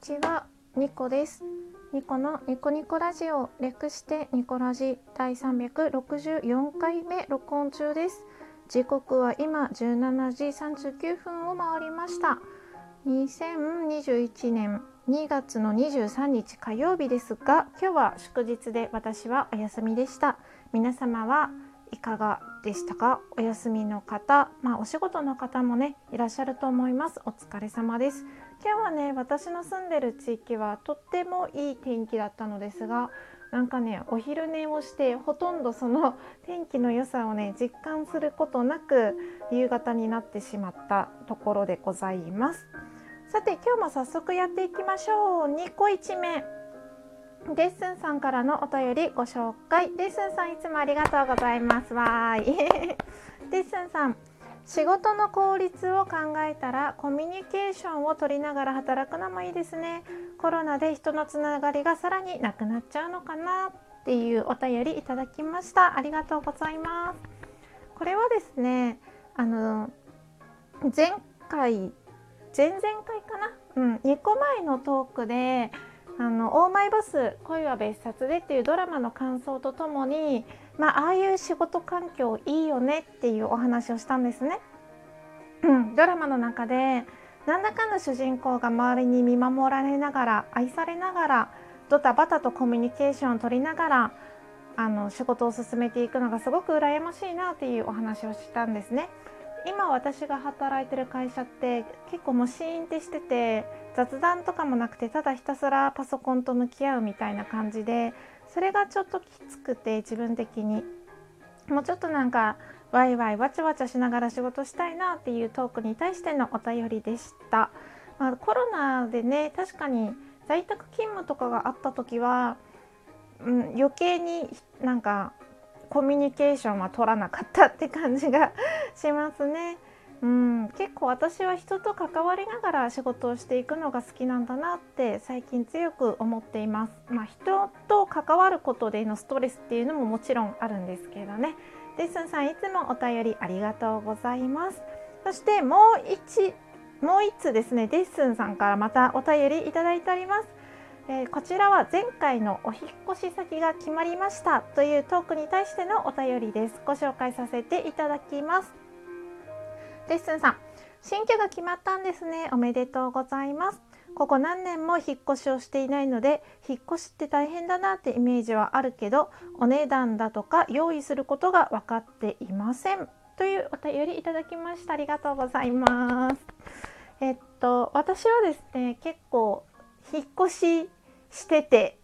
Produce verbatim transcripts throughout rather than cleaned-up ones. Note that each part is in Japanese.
ちは、ニコです。ニコのニコニコラジオ、略してニコラジだいさんびゃくろくじゅうよんかいめ録音中です。時刻は今じゅうしちじさんじゅうきゅうふんを回りました。にせんにじゅういちねんにがつのにじゅうさんにち火曜日ですが、今日は祝日で私はお休みでした。皆様はいかがでしたか？お休みの方、まあお仕事の方もねいらっしゃると思います。お疲れ様です。今日はね、私の住んでる地域はとってもいい天気だったのですが、なんかねお昼寝をしてほとんどその天気の良さをね実感することなく夕方になってしまったところでございます。さて今日も早速やっていきましょう。にこいちめ、レッスンさんからのお便りご紹介。レッスンさんいつもありがとうございます。わーいレッスンさん、仕事の効率を考えたらコミュニケーションを取りながら働くのもいいですね。コロナで人のつながりがさらになくなっちゃうのかなっていうお便りいただきました。ありがとうございます。これはですね、あの前回前々回かな、うん、にこまえのトークであのオーマイボス恋は別冊でっていうドラマの感想とともに、まあ、ああいう仕事環境いいよねっていうお話をしたんですね、うん、ドラマの中でなんだかんだ主人公が周りに見守られながら愛されながらドタバタとコミュニケーションを取りながらあの仕事を進めていくのがすごく羨ましいなっていうお話をしたんですね。今私が働いてる会社って結構もうシーンってしてて雑談とかもなくてただひたすらパソコンと向き合うみたいな感じで、それがちょっときつくて自分的にもうちょっとなんかワイワイわちゃわちゃしながら仕事したいなっていうトークに対してのお便りでした。まあ、コロナでね確かに在宅勤務とかがあった時は、うん、余計になんかコミュニケーションは取らなかったって感じがしますね。うん、結構私は人と関わりながら仕事をしていくのが好きなんだなって最近強く思っています。まあ、人と関わることでのストレスっていうのももちろんあるんですけどね。レッスンさんいつもお便りありがとうございます。そしてもう一もう一つですね、レッスンさんからまたお便りいただいております。えー、こちらは前回のお引越し先が決まりましたというトークに対してのお便りです。ご紹介させていただきます。レッスンさん、新居が決まったんですね。おめでとうございます。ここ何年も引っ越しをしていないので引っ越しって大変だなってイメージはあるけど、お値段だとか用意することが分かっていませんというお便りいただきました。ありがとうございます。えっと私はですね結構引っ越ししてて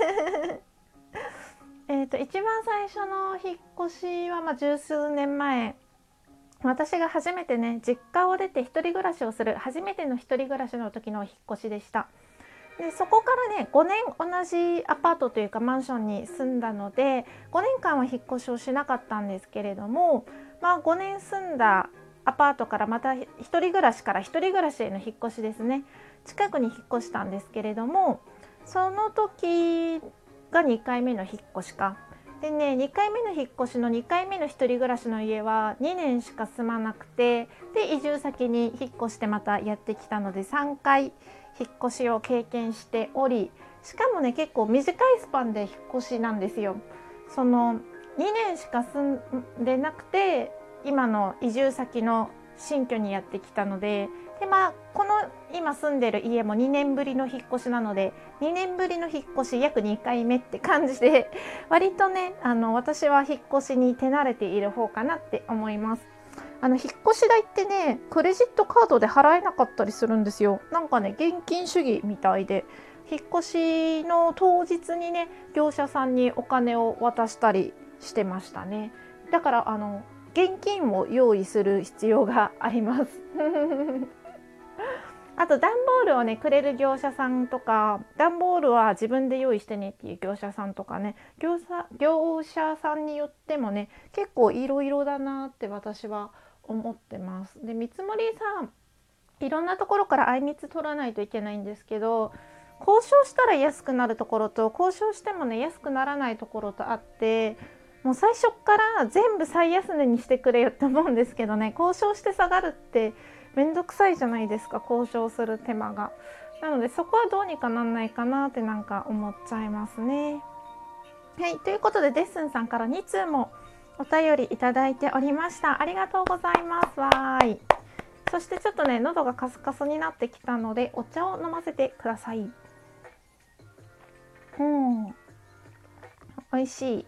えと一番最初の引っ越しはまあ十数年前、私が初めてね実家を出て一人暮らしをする初めての一人暮らしの時の引っ越しでした。でそこからねごねん同じアパートというかマンションに住んだのでごねんかんは引っ越しをしなかったんですけれども、まあ、ごねん住んだアパートからまた一人暮らしから一人暮らしへの引っ越しですね、近くに引っ越したんですけれども、その時がにかいめの引っ越しかでね、にかいめの引っ越しのにかいめの一人暮らしの家はにねんしか住まなくて、で移住先に引っ越してまたやってきたのでさんかい引っ越しを経験しており、しかもね結構短いスパンで引っ越しなんですよ。そのにねんしか住んでなくて今の移住先の新居にやってきたので、でまあこの今住んでる家もにねんぶりの引っ越しなのでにねんぶりの引っ越し約にかいめって感じで割とねあの私は引っ越しに手慣れている方かなって思います。あの引っ越し代ってねクレジットカードで払えなかったりするんですよ。なんかね現金主義みたいで、引っ越しの当日にね業者さんにお金を渡したりしてましたね。だからあの現金を用意する必要がありますあと段ボールをねくれる業者さんとか、段ボールは自分で用意してねっていう業者さんとかね、業者、業者さんによってもね結構いろいろだなって私は思ってます。で見積もりさんいろんなところからあいみつ取らないといけないんですけど、交渉したら安くなるところと交渉してもね安くならないところとあって、もう最初から全部最安値にしてくれよって思うんですけどね、交渉して下がるってめんどくさいじゃないですか、交渉する手間が。 なのでそこはどうにかなんないかなってなんか思っちゃいますね。はい、ということでデッスンさんからに通もお便りいただいておりました。ありがとうございます。わーい。そしてちょっとね喉がカスカスになってきたのでお茶を飲ませてください。うん、美味しい。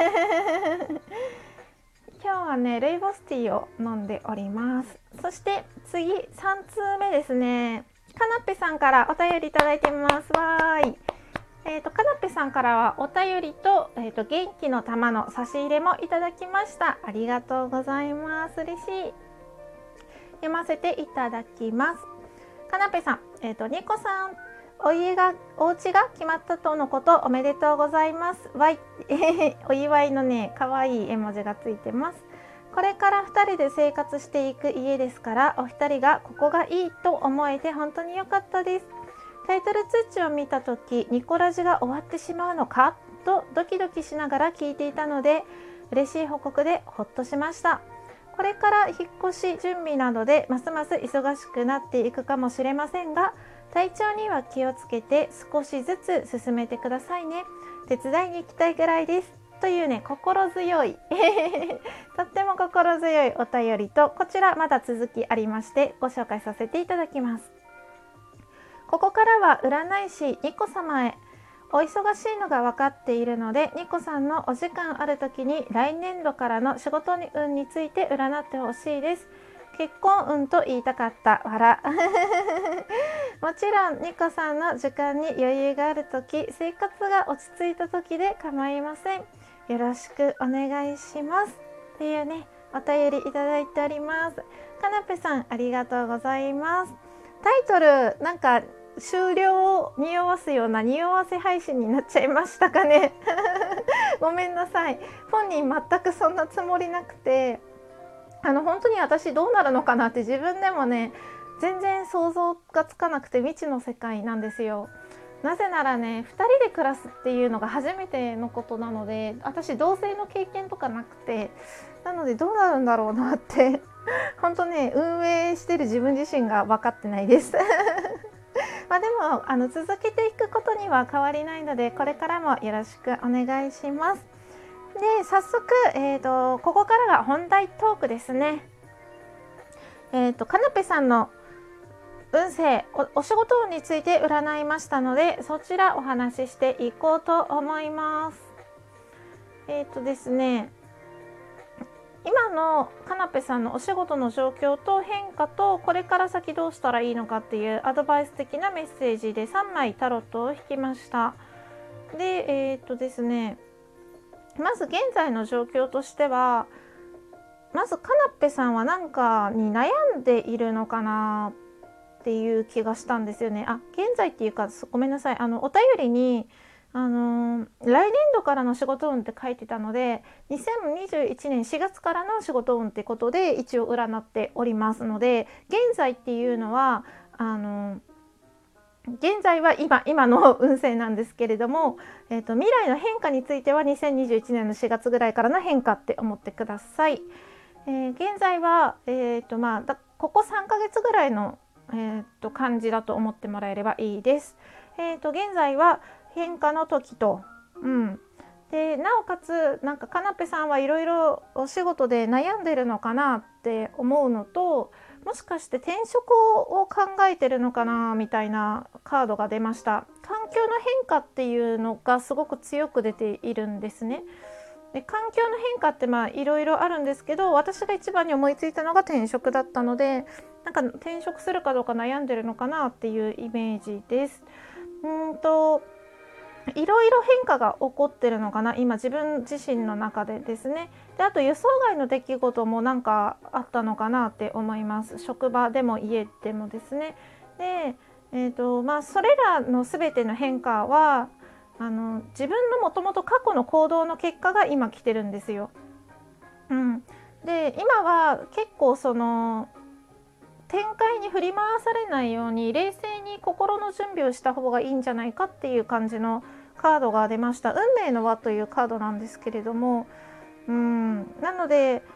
今日はねルイボスティーを飲んでおります。そして次さん通目ですね。かなっぺさんからお便りいただいてます。わーい。えーと、かなっぺさんからはお便りと、えーと、元気の玉の差し入れもいただきました。ありがとうございます。嬉しい。読ませていただきます。かなっぺさん、えーと、にこさん、お家が、お家が決まったとのことおめでとうございます。わい、お祝いのね、かわいい絵文字がついてます。これからふたりで生活していく家ですから、お二人がここがいいと思えて本当に良かったです。タイトル通知を見たとき、ニコラジが終わってしまうのかとドキドキしながら聞いていたので、嬉しい報告でほっとしました。これから引っ越し準備などでますます忙しくなっていくかもしれませんが、体調には気をつけて少しずつ進めてくださいね。手伝いに行きたいぐらいです。というね、心強いとっても心強いお便りと、こちらまだ続きありましてご紹介させていただきます。ここからは占い師ニコ様へ。お忙しいのが分かっているので、ニコさんのお時間ある時に来年度からの仕事運について占ってほしいです。結婚運と言いたかった。笑もちろんニコさんの時間に余裕がある時、生活が落ち着いた時で構いません。よろしくお願いしますというね、お便りいただいております。かなぺさん、ありがとうございます。タイトルなんか終了を匂わすような匂わせ配信になっちゃいましたかねごめんなさい。本人全くそんなつもりなくて、あの本当に私どうなるのかなって自分でもね全然想像がつかなくて未知の世界なんですよ。なぜならねふたりで暮らすっていうのが初めてのことなので、私同棲の経験とかなくて、なのでどうなるんだろうなって本当ね運営してる自分自身が分かってないですまあでもあの続けていくことには変わりないので、これからもよろしくお願いします。で早速、えーと、ここからが本題トークですね。えーと、かなぺさんの運勢 お, お仕事について占いましたので、そちらお話ししていこうと思います。えっ、ー、とですね今のかなぺさんのお仕事の状況と変化と、これから先どうしたらいいのかっていうアドバイス的なメッセージでさんまいタロットを引きました。でえっ、ー、とですねまず現在の状況としては、まずかなっぺさんは何かに悩んでいるのかなっていう気がしたんですよね。あ、現在っていうかごめんなさい、あのお便りにあのー、来年度からの仕事運って書いてたので、にせんにじゅういちねんしがつからの仕事運ってことで一応占っておりますので、現在っていうのはあのー現在は今今の運勢なんですけれども、えーと、未来の変化についてはにせんにじゅういちねんのしがつぐらいからの変化って思ってください。えー、現在は、えーとまあ、だここさんかげつぐらいの、えーと感じだと思ってもらえればいいです。えーと現在は変化の時と、うん、でなおかつなんかかなぺさんはいろいろお仕事で悩んでるのかなって思うのと、もしかして転職を考えてるのかなみたいなカードが出ました。環境の変化っていうのがすごく強く出ているんですね。で環境の変化ってまあいろいろあるんですけど、私が一番に思いついたのが転職だったので、なんか転職するかどうか悩んでるのかなっていうイメージです。うんといろいろ変化が起こってるのかな今自分自身の中でですね。であと予想外の出来事もなんかあったのかなって思います。職場でも家でもですね。で、えーとまあ、それらの全ての変化はあの自分のもともと過去の行動の結果が今来てるんですよ。うん、で今は結構その展開に振り回されないように冷静に心の準備をした方がいいんじゃないかっていう感じのカードが出ました。運命の輪というカードなんですけれども、うんなので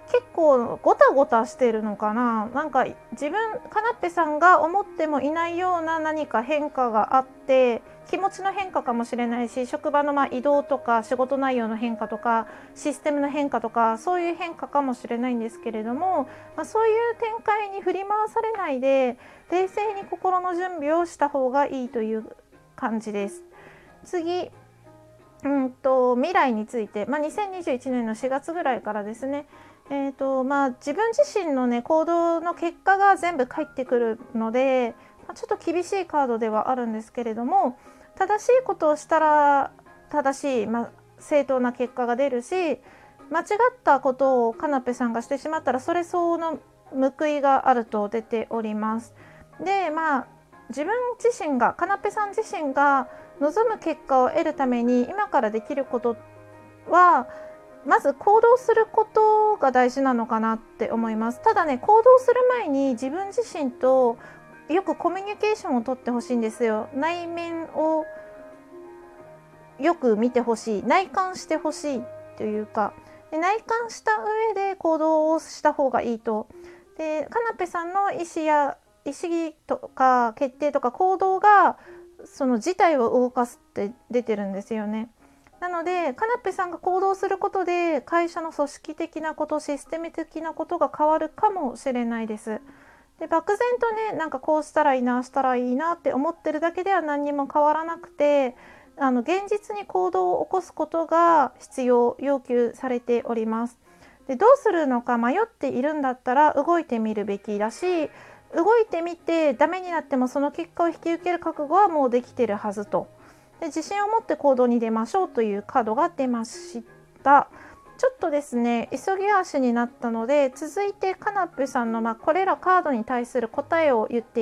結構ゴタゴタしてるのかな。なんか自分カナッペさんが思ってもいないような何か変化があって、気持ちの変化かもしれないし、職場のまあ移動とか仕事内容の変化とかシステムの変化とか、そういう変化かもしれないんですけれども、まあ、そういう展開に振り回されないで冷静に心の準備をした方がいいという感じです。次、うんと未来について、まあ、にせんにじゅういちねんのしがつぐらいからですね、えーとまあ、自分自身の、ね、行動の結果が全部返ってくるので、まあ、ちょっと厳しいカードではあるんですけれども、正しいことをしたら正しい、まあ、正当な結果が出るし、間違ったことをカナペさんがしてしまったらそれ相応の報いがあると出ております。で、まあ自分自身がカナペさん自身が望む結果を得るために今からできることは、まず行動することが大事なのかなって思います。ただね、行動する前に自分自身とよくコミュニケーションをとってほしいんですよ。内面をよく見てほしい、内観してほしいというか、で内観した上で行動をした方がいいと。で、カナペさんの意思や意思とか決定とか行動がその事態を動かすって出てるんですよね。なのでカナペさんが行動することで会社の組織的なこと、システム的なことが変わるかもしれないです。で、漠然とね、なんかこうしたらいいな、したらいいなって思ってるだけでは何にも変わらなくて、あの現実に行動を起こすことが必要、要求されております。で、どうするのか迷っているんだったら動いてみるべきだし、動いてみてダメになってもその結果を引き受ける覚悟はもうできてるはずと。で、自信を持って行動に出ましょうというカードが出ました。ちょっとですね、急ぎ足になったので、続いてカナッペさんの、まあ、これらカードに対する答えを言って